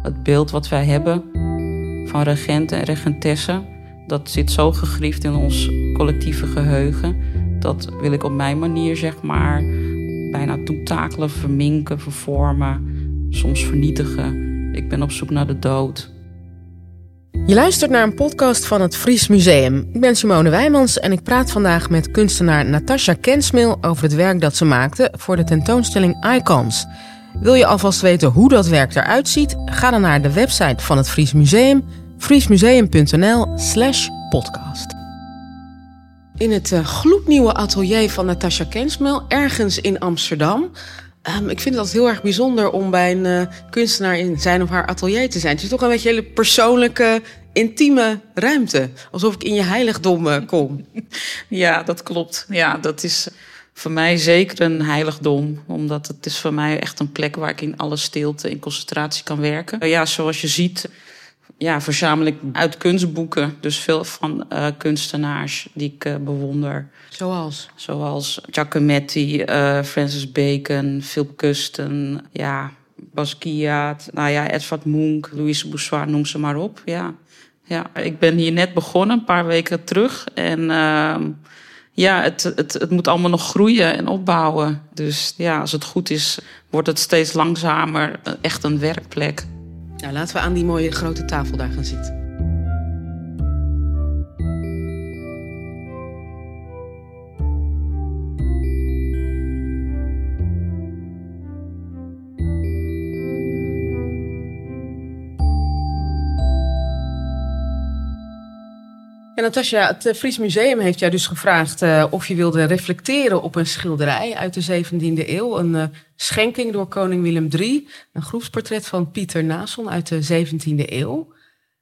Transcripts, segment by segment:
Het beeld wat wij hebben van regenten en regentessen, dat zit zo gegriefd in ons collectieve geheugen. Dat wil ik op mijn manier, zeg maar, bijna toetakelen, verminken, vervormen, soms vernietigen. Ik ben op zoek naar de dood. Je luistert naar een podcast van het Fries Museum. Ik ben Simone Wijmans en ik praat vandaag met kunstenaar Natasja Kensmil over het werk dat ze maakte voor de tentoonstelling Icons. Wil je alvast weten hoe dat werk eruit ziet? Ga dan naar de website van het Fries Museum, friesmuseum.nl/podcast. In het gloednieuwe atelier van Natasja Kensmil, ergens in Amsterdam. Ik vind het altijd heel erg bijzonder om bij een kunstenaar in zijn of haar atelier te zijn. Het is toch een beetje een hele persoonlijke, intieme ruimte. Alsof ik in je heiligdom kom. Ja, dat klopt. Ja, dat is voor mij zeker een heiligdom. Omdat het is voor mij echt een plek waar ik in alle stilte, in concentratie kan werken. Ja, zoals je ziet, verzamel ik uit kunstboeken. Dus veel van kunstenaars die ik bewonder. Zoals Giacometti, Francis Bacon, Philip Custon, Basquiat, Edvard Munch, Louise Bourgeois, noem ze maar op. Ja, ik ben hier net begonnen, een paar weken terug. En het moet allemaal nog groeien en opbouwen. Dus als het goed is, wordt het steeds langzamer echt een werkplek. Nou, laten we aan die mooie grote tafel daar gaan zitten. En Natasja, het Fries Museum heeft jou dus gevraagd of je wilde reflecteren op een schilderij uit de 17e eeuw. Een schenking door koning Willem III. Een groepsportret van Pieter Nason uit de 17e eeuw.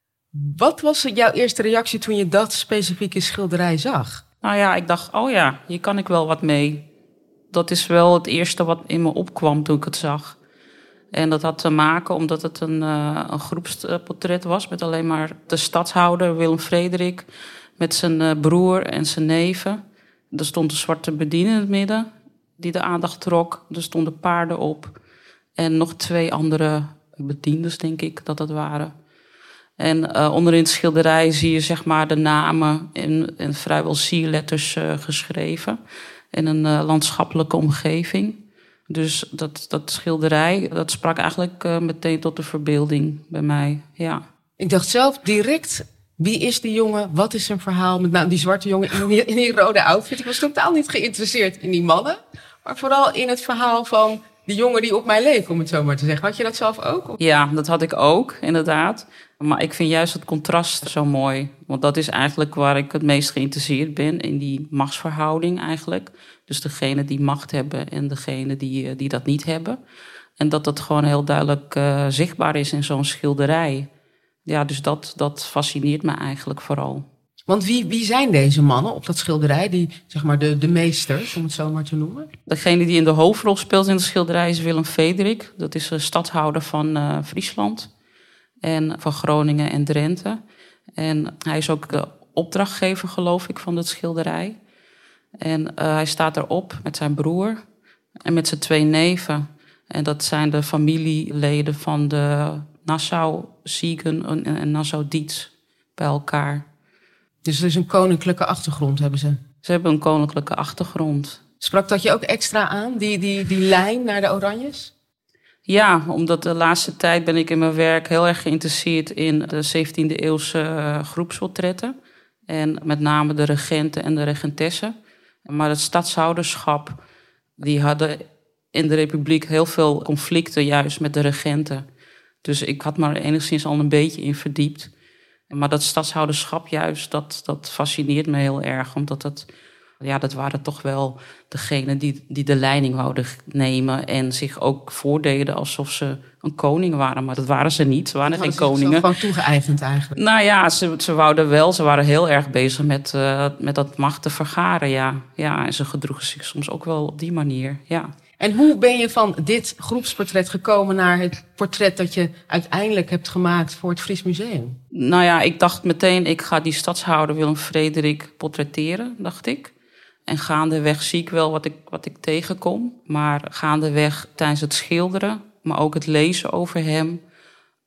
Wat was jouw eerste reactie toen je dat specifieke schilderij zag? Ik dacht, hier kan ik wel wat mee. Dat is wel het eerste wat in me opkwam toen ik het zag. En dat had te maken omdat het een groepsportret was met alleen maar de stadhouder Willem Frederik met zijn broer en zijn neven. Er stond een zwarte bediener in het midden die de aandacht trok. Er stonden paarden op en nog 2 andere bedienders, denk ik dat dat waren. En onderin het schilderij zie je zeg maar de namen in vrijwel sierletters geschreven in een landschappelijke omgeving. Dus dat schilderij, dat sprak eigenlijk meteen tot de verbeelding bij mij, ja. Ik dacht zelf direct, wie is die jongen? Wat is zijn verhaal? Met die zwarte jongen in die rode outfit. Ik was totaal niet geïnteresseerd in die mannen. Maar vooral in het verhaal van die jongen die op mij leek, om het zo maar te zeggen. Had je dat zelf ook? Ja, dat had ik ook, inderdaad. Maar ik vind juist het contrast zo mooi. Want dat is eigenlijk waar ik het meest geïnteresseerd ben. In die machtsverhouding eigenlijk. Dus degene die macht hebben en degene die dat niet hebben. En dat dat gewoon heel duidelijk zichtbaar is in zo'n schilderij. Ja, dus dat fascineert me eigenlijk vooral. Want wie zijn deze mannen op dat schilderij? Die, zeg maar, de meesters, om het zo maar te noemen? Degene die in de hoofdrol speelt in het schilderij is Willem Frederik. Dat is de stadhouder van Friesland. En van Groningen en Drenthe. En hij is ook de opdrachtgever, geloof ik, van het schilderij. En hij staat erop met zijn broer en met zijn 2 neven. En dat zijn de familieleden van de Nassau-Siegen en Nassau-Dietz bij elkaar. Dus er is een koninklijke achtergrond, hebben ze? Ze hebben een koninklijke achtergrond. Sprak dat je ook extra aan, die lijn naar de Oranjes? Ja, omdat de laatste tijd ben ik in mijn werk heel erg geïnteresseerd in de 17e eeuwse groepsportretten. En met name de regenten en de regentessen. Maar het stadshouderschap, die hadden in de Republiek heel veel conflicten juist met de regenten. Dus ik had me er enigszins al een beetje in verdiept. Maar dat stadshouderschap juist, dat fascineert me heel erg. Omdat dat waren toch wel degenen die de leiding wouden nemen. En zich ook voordeden alsof ze een koning waren. Maar dat waren ze niet, ze waren geen koningen. Gewoon toegeëigend eigenlijk. Nou ja, ze wouden wel, ze waren heel erg bezig met dat macht te vergaren, ja. Ja, en ze gedroegen zich soms ook wel op die manier, ja. En hoe ben je van dit groepsportret gekomen naar het portret dat je uiteindelijk hebt gemaakt voor het Fries Museum? Nou ja, ik dacht meteen, ik ga die stadshouder Willem Frederik portretteren, dacht ik. En gaandeweg zie ik wel wat ik tegenkom. Maar gaandeweg tijdens het schilderen, maar ook het lezen over hem,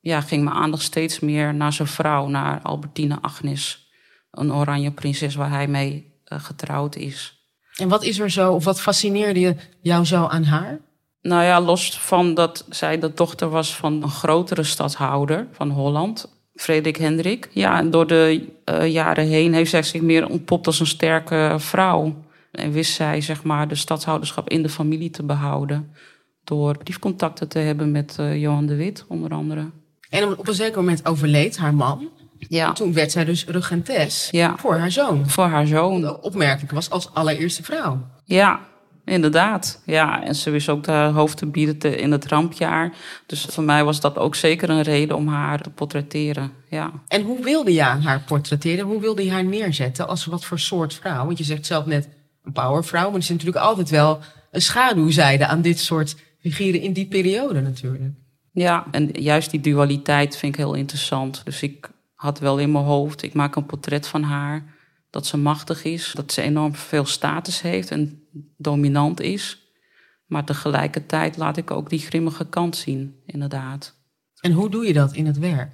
ging mijn aandacht steeds meer naar zijn vrouw, naar Albertine Agnes. Een oranje prinses waar hij mee getrouwd is. En wat is er zo, of wat fascineerde jou zo aan haar? Nou ja, los van dat zij de dochter was van een grotere stadhouder van Holland, Frederik Hendrik. Ja, en door de jaren heen heeft zij zich meer ontpopt als een sterke vrouw. En wist zij, zeg maar, de stadhouderschap in de familie te behouden. Door briefcontacten te hebben met Johan de Witt, onder andere. En op een zeker moment overleed haar man. Ja. En toen werd zij dus regentes Ja. voor haar zoon. Voor haar zoon. Wat ook opmerkelijk was als allereerste vrouw. Ja, inderdaad. Ja, en ze wist ook de hoofd te bieden in het rampjaar. Dus voor mij was dat ook zeker een reden om haar te portretteren. Ja. En hoe wilde je haar portretteren? Hoe wilde je haar neerzetten? Als wat voor soort vrouw? Want je zegt zelf net een powervrouw. Maar er is natuurlijk altijd wel een schaduwzijde aan dit soort figuren in die periode natuurlijk. Ja, en juist die dualiteit vind ik heel interessant. Dus ik had wel in mijn hoofd, ik maak een portret van haar, dat ze machtig is, dat ze enorm veel status heeft en dominant is. Maar tegelijkertijd laat ik ook die grimmige kant zien, inderdaad. En hoe doe je dat in het werk?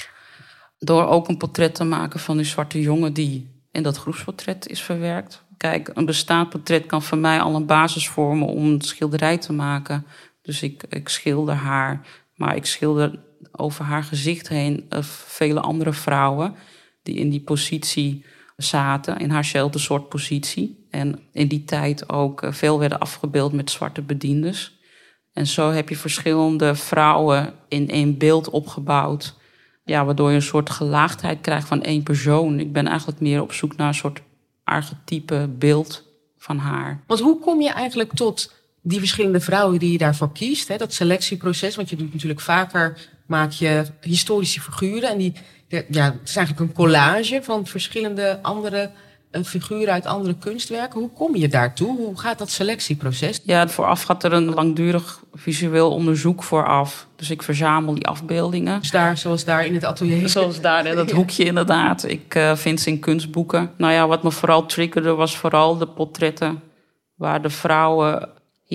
Door ook een portret te maken van die zwarte jongen die in dat groepsportret is verwerkt. Kijk, een bestaand portret kan voor mij al een basis vormen om een schilderij te maken. Dus ik schilder haar, maar ik schilder over haar gezicht heen vele andere vrouwen die in die positie zaten, in haarzelfde soort positie. En in die tijd ook veel werden afgebeeld met zwarte bediendes. En zo heb je verschillende vrouwen in één beeld opgebouwd. Ja, waardoor je een soort gelaagdheid krijgt van één persoon. Ik ben eigenlijk meer op zoek naar een soort archetype beeld van haar. Want hoe kom je eigenlijk tot die verschillende vrouwen die je daarvoor kiest? Hè? Dat selectieproces, want je doet natuurlijk vaker, maak je historische figuren. En het is eigenlijk een collage van verschillende andere figuren uit andere kunstwerken. Hoe kom je daartoe? Hoe gaat dat selectieproces? Ja, vooraf gaat er een langdurig visueel onderzoek vooraf. Dus ik verzamel die afbeeldingen. Dus zoals daar in het atelier. Zoals daar in dat hoekje inderdaad. Ik vind ze in kunstboeken. Nou ja, wat me vooral triggerde was vooral de portretten waar de vrouwen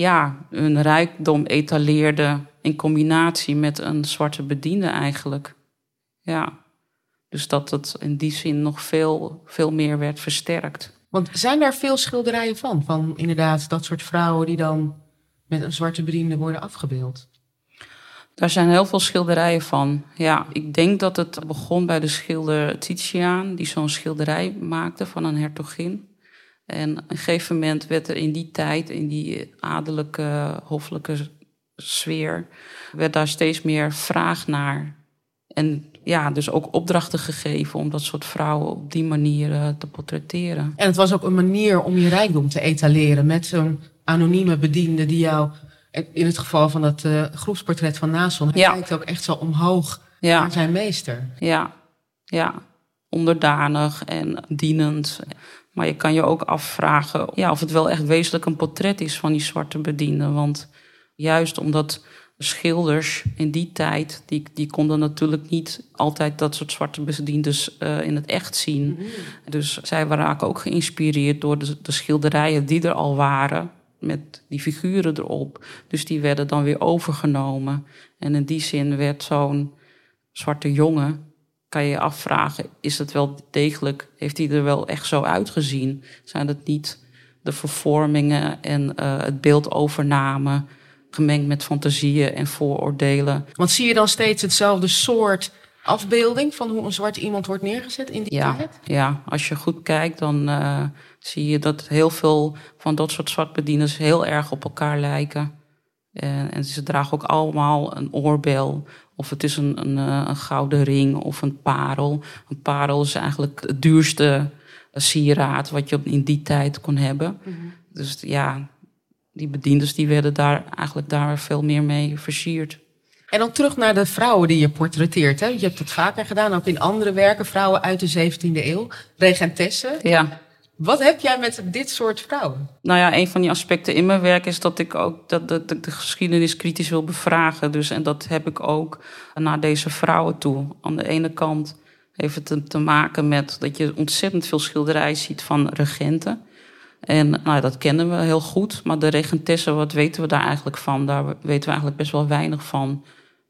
hun rijkdom etaleerden in combinatie met een zwarte bediende eigenlijk. Ja. Dus dat het in die zin nog veel meer werd versterkt. Want zijn daar veel schilderijen van? Van inderdaad dat soort vrouwen die dan met een zwarte bediende worden afgebeeld? Daar zijn heel veel schilderijen van. Ja, ik denk dat het begon bij de schilder Titiaan, die zo'n schilderij maakte van een hertogin. En op een gegeven moment werd er in die tijd, in die adellijke, hoffelijke sfeer, werd daar steeds meer vraag naar. En ja, dus ook opdrachten gegeven om dat soort vrouwen op die manier te portretteren. En het was ook een manier om je rijkdom te etaleren met zo'n anonieme bediende die jou, in het geval van dat groepsportret van Nason, hij kijkt ook echt zo omhoog naar zijn meester. Ja, onderdanig en dienend. Maar je kan je ook afvragen of het wel echt wezenlijk een portret is van die zwarte bediende. Want juist omdat schilders in die tijd, die konden natuurlijk niet altijd dat soort zwarte bediendes in het echt zien. Mm-hmm. Dus zij raken ook geïnspireerd door de schilderijen die er al waren, met die figuren erop. Dus die werden dan weer overgenomen. En in die zin werd zo'n zwarte jongen, kan je je afvragen, is het wel degelijk, heeft hij er wel echt zo uitgezien? Zijn het niet de vervormingen en het beeldovername gemengd met fantasieën en vooroordelen? Want zie je dan steeds hetzelfde soort afbeelding van hoe een zwart iemand wordt neergezet in die tijd? Ja, als je goed kijkt, dan zie je dat heel veel van dat soort zwartbedieners heel erg op elkaar lijken. En ze dragen ook allemaal een oorbel. Of het is een gouden ring of een parel. Een parel is eigenlijk het duurste sieraad wat je in die tijd kon hebben. Mm-hmm. Dus ja, die bediendes die werden daar veel meer mee versierd. En dan terug naar de vrouwen die je portretteert. Hè? Je hebt het vaker gedaan, ook in andere werken. Vrouwen uit de 17e eeuw, regentessen. Ja. Wat heb jij met dit soort vrouwen? Nou ja, een van die aspecten in mijn werk is dat ik ook de geschiedenis kritisch wil bevragen. Dus, en dat heb ik ook naar deze vrouwen toe. Aan de ene kant heeft het te maken met dat je ontzettend veel schilderijen ziet van regenten. En dat kennen we heel goed. Maar de regentessen, wat weten we daar eigenlijk van? Daar weten we eigenlijk best wel weinig van.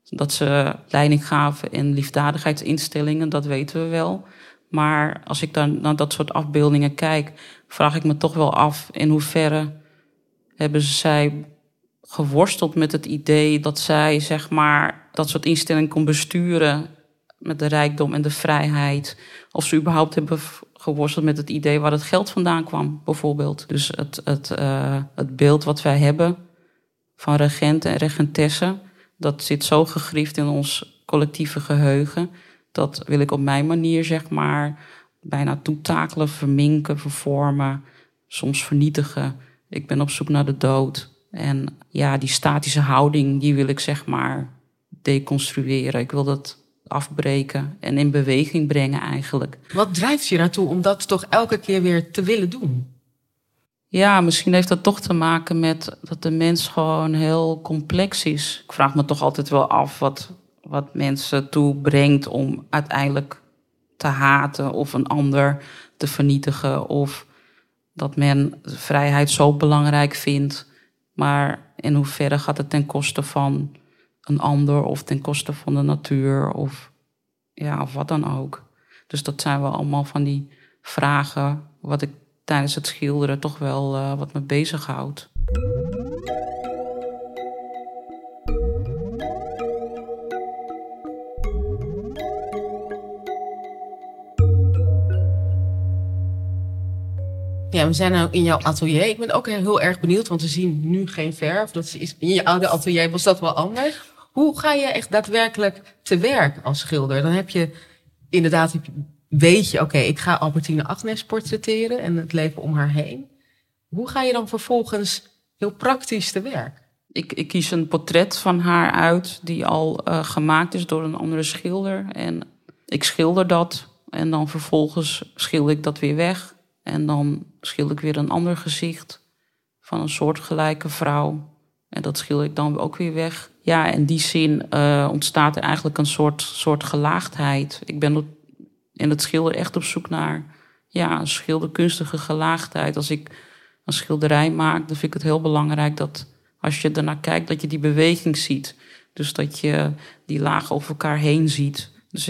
Dat ze leiding gaven in liefdadigheidsinstellingen, dat weten we wel. Maar als ik dan naar dat soort afbeeldingen kijk, vraag ik me toch wel af in hoeverre hebben zij geworsteld met het idee dat zij, zeg maar, dat soort instellingen kon besturen met de rijkdom en de vrijheid. Of ze überhaupt hebben geworsteld met het idee waar het geld vandaan kwam, bijvoorbeeld. Dus het beeld wat wij hebben van regenten en regentessen, dat zit zo gegriefd in ons collectieve geheugen. Dat wil ik op mijn manier, zeg maar, bijna toetakelen, verminken, vervormen, soms vernietigen. Ik ben op zoek naar de dood. En ja, die statische houding, die wil ik, zeg maar, deconstrueren. Ik wil dat afbreken en in beweging brengen eigenlijk. Wat drijft je naartoe om dat toch elke keer weer te willen doen? Ja, misschien heeft dat toch te maken met dat de mens gewoon heel complex is. Ik vraag me toch altijd wel af wat mensen toe brengt om uiteindelijk te haten of een ander te vernietigen. Of dat men vrijheid zo belangrijk vindt. Maar in hoeverre gaat het ten koste van een ander of ten koste van de natuur of wat dan ook. Dus dat zijn wel allemaal van die vragen wat ik tijdens het schilderen toch wel wat me bezighoudt. Ja, we zijn nou in jouw atelier. Ik ben ook heel erg benieuwd, want we zien nu geen verf. Dat is, in je oude atelier was dat wel anders. Hoe ga je echt daadwerkelijk te werk als schilder? Dan heb je inderdaad, weet je, oké, ik ga Albertine Agnes portretteren en het leven om haar heen. Hoe ga je dan vervolgens heel praktisch te werk? Ik kies een portret van haar uit die al gemaakt is door een andere schilder. En ik schilder dat en dan vervolgens schilder ik dat weer weg. En dan schilder ik weer een ander gezicht van een soortgelijke vrouw. En dat schilder ik dan ook weer weg. Ja, in die zin ontstaat er eigenlijk een soort gelaagdheid. Ik ben in het schilder echt op zoek naar een schilderkunstige gelaagdheid. Als ik een schilderij maak, dan vind ik het heel belangrijk dat als je ernaar kijkt, dat je die beweging ziet. Dus dat je die lagen over elkaar heen ziet. Dus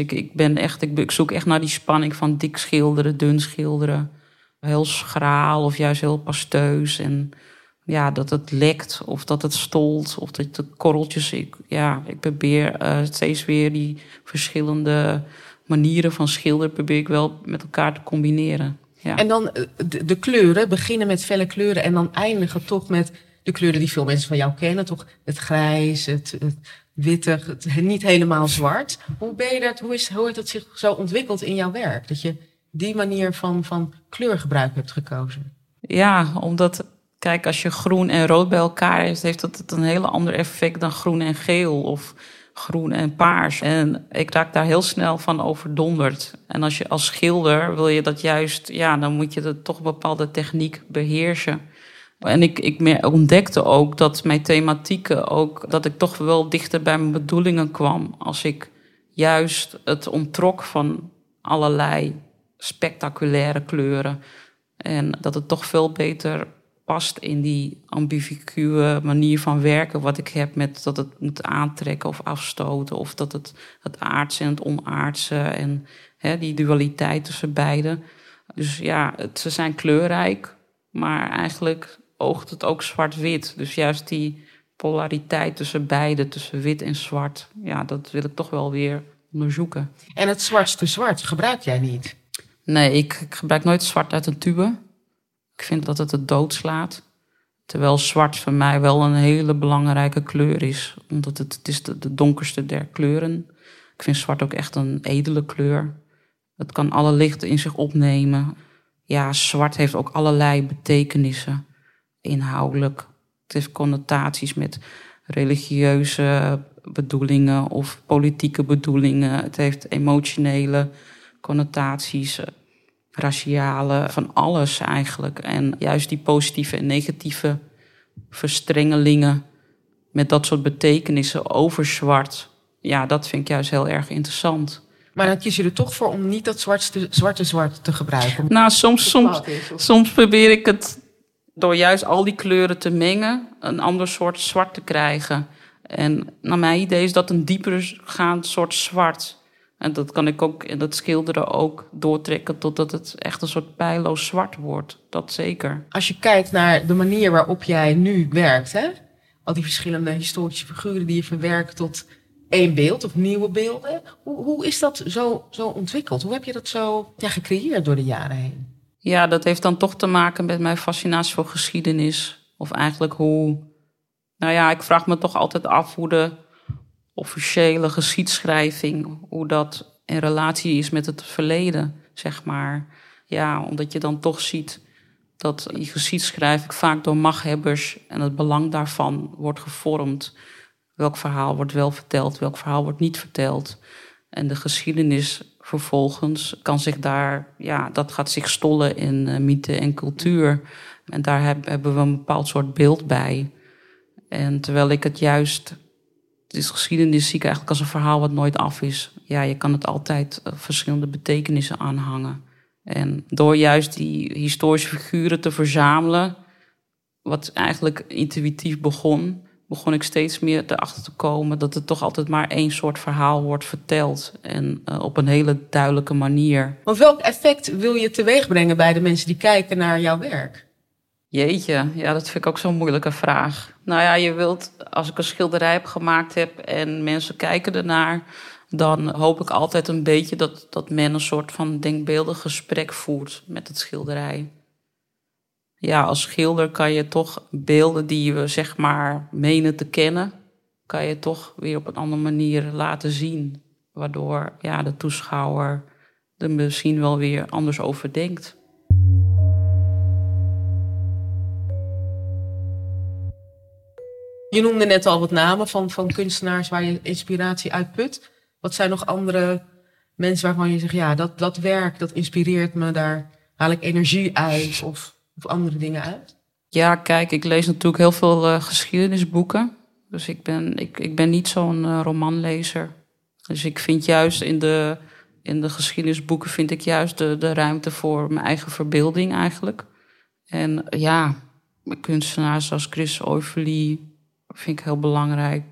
ik zoek echt naar die spanning van dik schilderen, dun schilderen. Heel schraal of juist heel pasteus. En ja, dat het lekt of dat het stolt of dat de korreltjes. Ik probeer steeds weer die verschillende manieren van schilderen probeer ik wel met elkaar te combineren. Ja. En dan de kleuren, beginnen met felle kleuren en dan eindigen toch met de kleuren die veel mensen van jou kennen. Toch het grijs, het witte, het niet helemaal zwart. Hoe heeft dat zich zo ontwikkeld in jouw werk? Dat je die manier van kleurgebruik hebt gekozen? Ja, omdat, kijk, als je groen en rood bij elkaar heeft dat een heel ander effect dan groen en geel of groen en paars. En ik raak daar heel snel van overdonderd. En als je als schilder wil je dat juist, dan moet je toch een bepaalde techniek beheersen. En ik ontdekte ook dat mijn thematieken ook, dat ik toch wel dichter bij mijn bedoelingen kwam. Als ik juist het onttrok van allerlei spectaculaire kleuren. En dat het toch veel beter past in die ambiguë manier van werken wat ik heb met dat het moet aantrekken of afstoten. Of dat het aardse en het onaardse en die dualiteit tussen beide. Dus ja, ze zijn kleurrijk, maar eigenlijk oogt het ook zwart-wit. Dus juist die polariteit tussen beide, tussen wit en zwart, dat wil ik toch wel weer onderzoeken. En het zwartste zwart gebruik jij niet? Nee, ik gebruik nooit zwart uit een tube. Ik vind dat het doodslaat. Terwijl zwart voor mij wel een hele belangrijke kleur is. Omdat het is de donkerste der kleuren. Ik vind zwart ook echt een edele kleur. Het kan alle lichten in zich opnemen. Ja, zwart heeft ook allerlei betekenissen. Inhoudelijk. Het heeft connotaties met religieuze bedoelingen of politieke bedoelingen. Het heeft emotionele connotaties, raciale, van alles eigenlijk. En juist die positieve en negatieve verstrengelingen met dat soort betekenissen over zwart, dat vind ik juist heel erg interessant. Maar dan kies je er toch voor om niet dat zwarte zwart te gebruiken? Nou, soms probeer ik het door juist al die kleuren te mengen, een ander soort zwart te krijgen. En naar mijn idee is dat een dieper gaand soort zwart. En dat kan ik ook in dat schilderen ook doortrekken totdat het echt een soort pijlloos zwart wordt. Dat zeker. Als je kijkt naar de manier waarop jij nu werkt, hè? Al die verschillende historische figuren die je verwerkt tot één beeld of nieuwe beelden. Hoe is dat zo ontwikkeld? Hoe heb je dat zo gecreëerd door de jaren heen? Ja, dat heeft dan toch te maken met mijn fascinatie voor geschiedenis. Of eigenlijk ik vraag me toch altijd af hoe de officiële geschiedschrijving, hoe dat in relatie is met het verleden, zeg maar. Ja, omdat je dan toch ziet dat die geschiedschrijving vaak door machthebbers en het belang daarvan wordt gevormd. Welk verhaal wordt wel verteld, welk verhaal wordt niet verteld. En de geschiedenis vervolgens kan zich dat gaat zich stollen in mythe en cultuur. En daar hebben we een bepaald soort beeld bij. En terwijl ik het juist, dus geschiedenis zie ik eigenlijk als een verhaal wat nooit af is. Ja, je kan het altijd verschillende betekenissen aanhangen. En door juist die historische figuren te verzamelen, wat eigenlijk intuïtief begon ik steeds meer erachter te komen dat er toch altijd maar één soort verhaal wordt verteld. En op een hele duidelijke manier. Want welk effect wil je teweeg brengen bij de mensen die kijken naar jouw werk? Jeetje, ja, dat vind ik ook zo'n moeilijke vraag. Nou ja, je wilt, als ik een schilderij gemaakt heb en mensen kijken ernaar, dan hoop ik altijd een beetje dat men een soort van denkbeeldig gesprek voert met het schilderij. Ja, als schilder kan je toch beelden die we zeg maar menen te kennen, kan je toch weer op een andere manier laten zien. Waardoor de toeschouwer er misschien wel weer anders over denkt. Je noemde net al wat namen van kunstenaars waar je inspiratie uit put. Wat zijn nog andere mensen waarvan je zegt, ja, dat werk, dat inspireert me, daar haal ik energie uit of andere dingen uit? Ja, kijk, ik lees natuurlijk heel veel geschiedenisboeken. Dus ik ben niet zo'n romanlezer. Dus ik vind juist in de geschiedenisboeken vind ik juist de ruimte voor mijn eigen verbeelding eigenlijk. En ja, kunstenaars zoals Chris Overly vind ik heel belangrijk.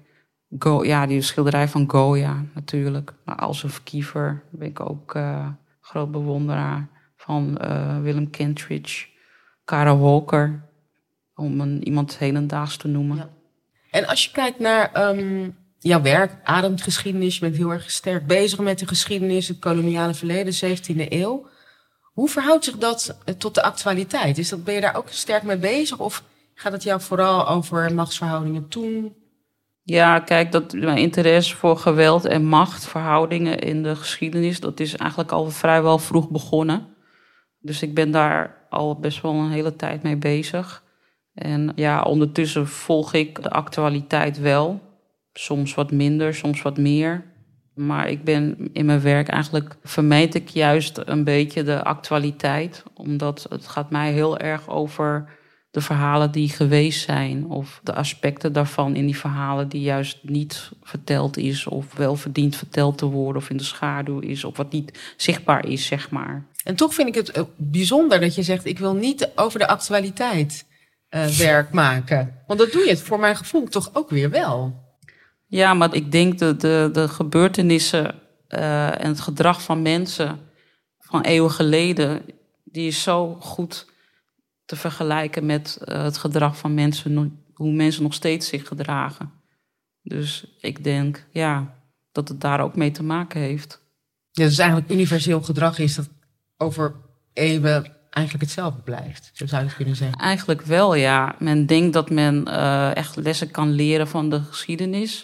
Die schilderij van Goya natuurlijk. Maar Alsef Kiefer ben ik ook groot bewonderaar van. Willem Kentridge, Kara Walker, om iemand hedendaags te noemen. Ja. En als je kijkt naar jouw werk, ademt geschiedenis, je bent heel erg sterk bezig met de geschiedenis, het koloniale verleden, 17e eeuw. Hoe verhoudt zich dat tot de actualiteit? Ben je daar ook sterk mee bezig of gaat het jou vooral over machtsverhoudingen toen? Ja, kijk, mijn interesse voor geweld en machtverhoudingen in de geschiedenis, dat is eigenlijk al vrijwel vroeg begonnen. Dus ik ben daar al best wel een hele tijd mee bezig. En ja, ondertussen volg ik de actualiteit wel. Soms wat minder, soms wat meer. Maar ik ben in mijn werk eigenlijk, vermijd ik juist een beetje de actualiteit. Omdat het gaat mij heel erg over de verhalen die geweest zijn. Of de aspecten daarvan in die verhalen die juist niet verteld is. Of wel verdient verteld te worden. Of in de schaduw is. Of wat niet zichtbaar is, zeg maar. En toch vind ik het bijzonder dat je zegt, ik wil niet over de actualiteit werk maken. Want dat doe je het voor mijn gevoel toch ook weer wel. Ja, maar ik denk de gebeurtenissen en het gedrag van mensen van eeuwen geleden, die is zo goed te vergelijken met het gedrag van mensen, hoe mensen nog steeds zich gedragen. Dus ik denk, dat het daar ook mee te maken heeft. Ja, dus eigenlijk universeel gedrag is dat over eeuwen eigenlijk hetzelfde blijft. Zo zou je het kunnen zeggen. Eigenlijk wel, ja. Men denkt dat men echt lessen kan leren van de geschiedenis.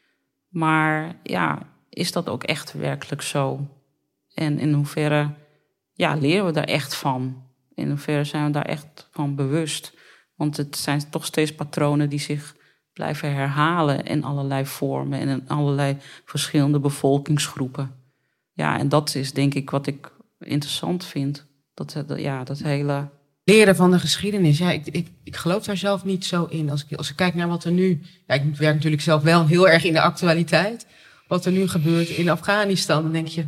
Maar ja, is dat ook echt werkelijk zo? En in hoeverre leren we daar echt van? In hoeverre zijn we daar echt van bewust? Want het zijn toch steeds patronen die zich blijven herhalen in allerlei vormen en in allerlei verschillende bevolkingsgroepen. Ja, en dat is denk ik wat ik interessant vind. Dat hele leren van de geschiedenis. Ja, ik geloof daar zelf niet zo in. Als ik kijk naar wat er nu... Ja, ik werk natuurlijk zelf wel heel erg in de actualiteit. Wat er nu gebeurt in Afghanistan, dan denk je,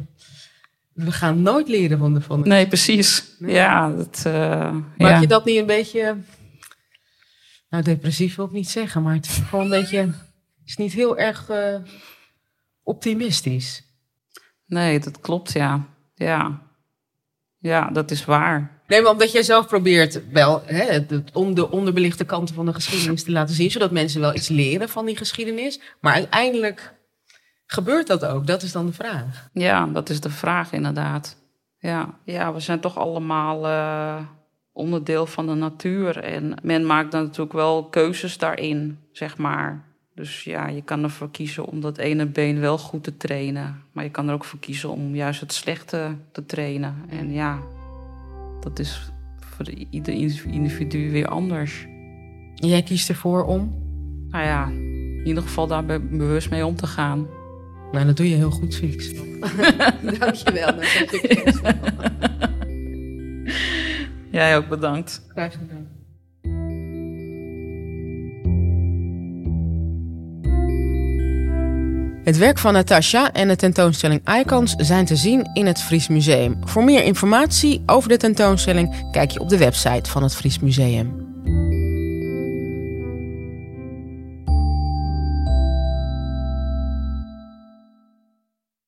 we gaan nooit leren van de... Nee, precies. Nee. Ja, Maak je dat niet een beetje... Nou, depressief wil ik niet zeggen, maar het is gewoon een beetje... Is niet heel erg optimistisch. Nee, dat klopt, ja. Ja, dat is waar. Nee, maar omdat jij zelf probeert wel de onderbelichte kanten van de geschiedenis te laten zien, zodat mensen wel iets leren van die geschiedenis. Maar uiteindelijk gebeurt dat ook? Dat is dan de vraag. Ja, dat is de vraag inderdaad. Ja, we zijn toch allemaal onderdeel van de natuur. En men maakt dan natuurlijk wel keuzes daarin, zeg maar. Dus ja, je kan ervoor kiezen om dat ene been wel goed te trainen. Maar je kan er ook voor kiezen om juist het slechte te trainen. En ja, dat is voor ieder individu weer anders. En jij kiest ervoor om? Nou ja, in ieder geval daar bewust mee om te gaan. Nou, dat doe je heel goed, Fix. Dankjewel. Jij ook bedankt. Graag gedaan. Het werk van Natasja en de tentoonstelling Icons zijn te zien in het Fries Museum. Voor meer informatie over de tentoonstelling kijk je op de website van het Fries Museum.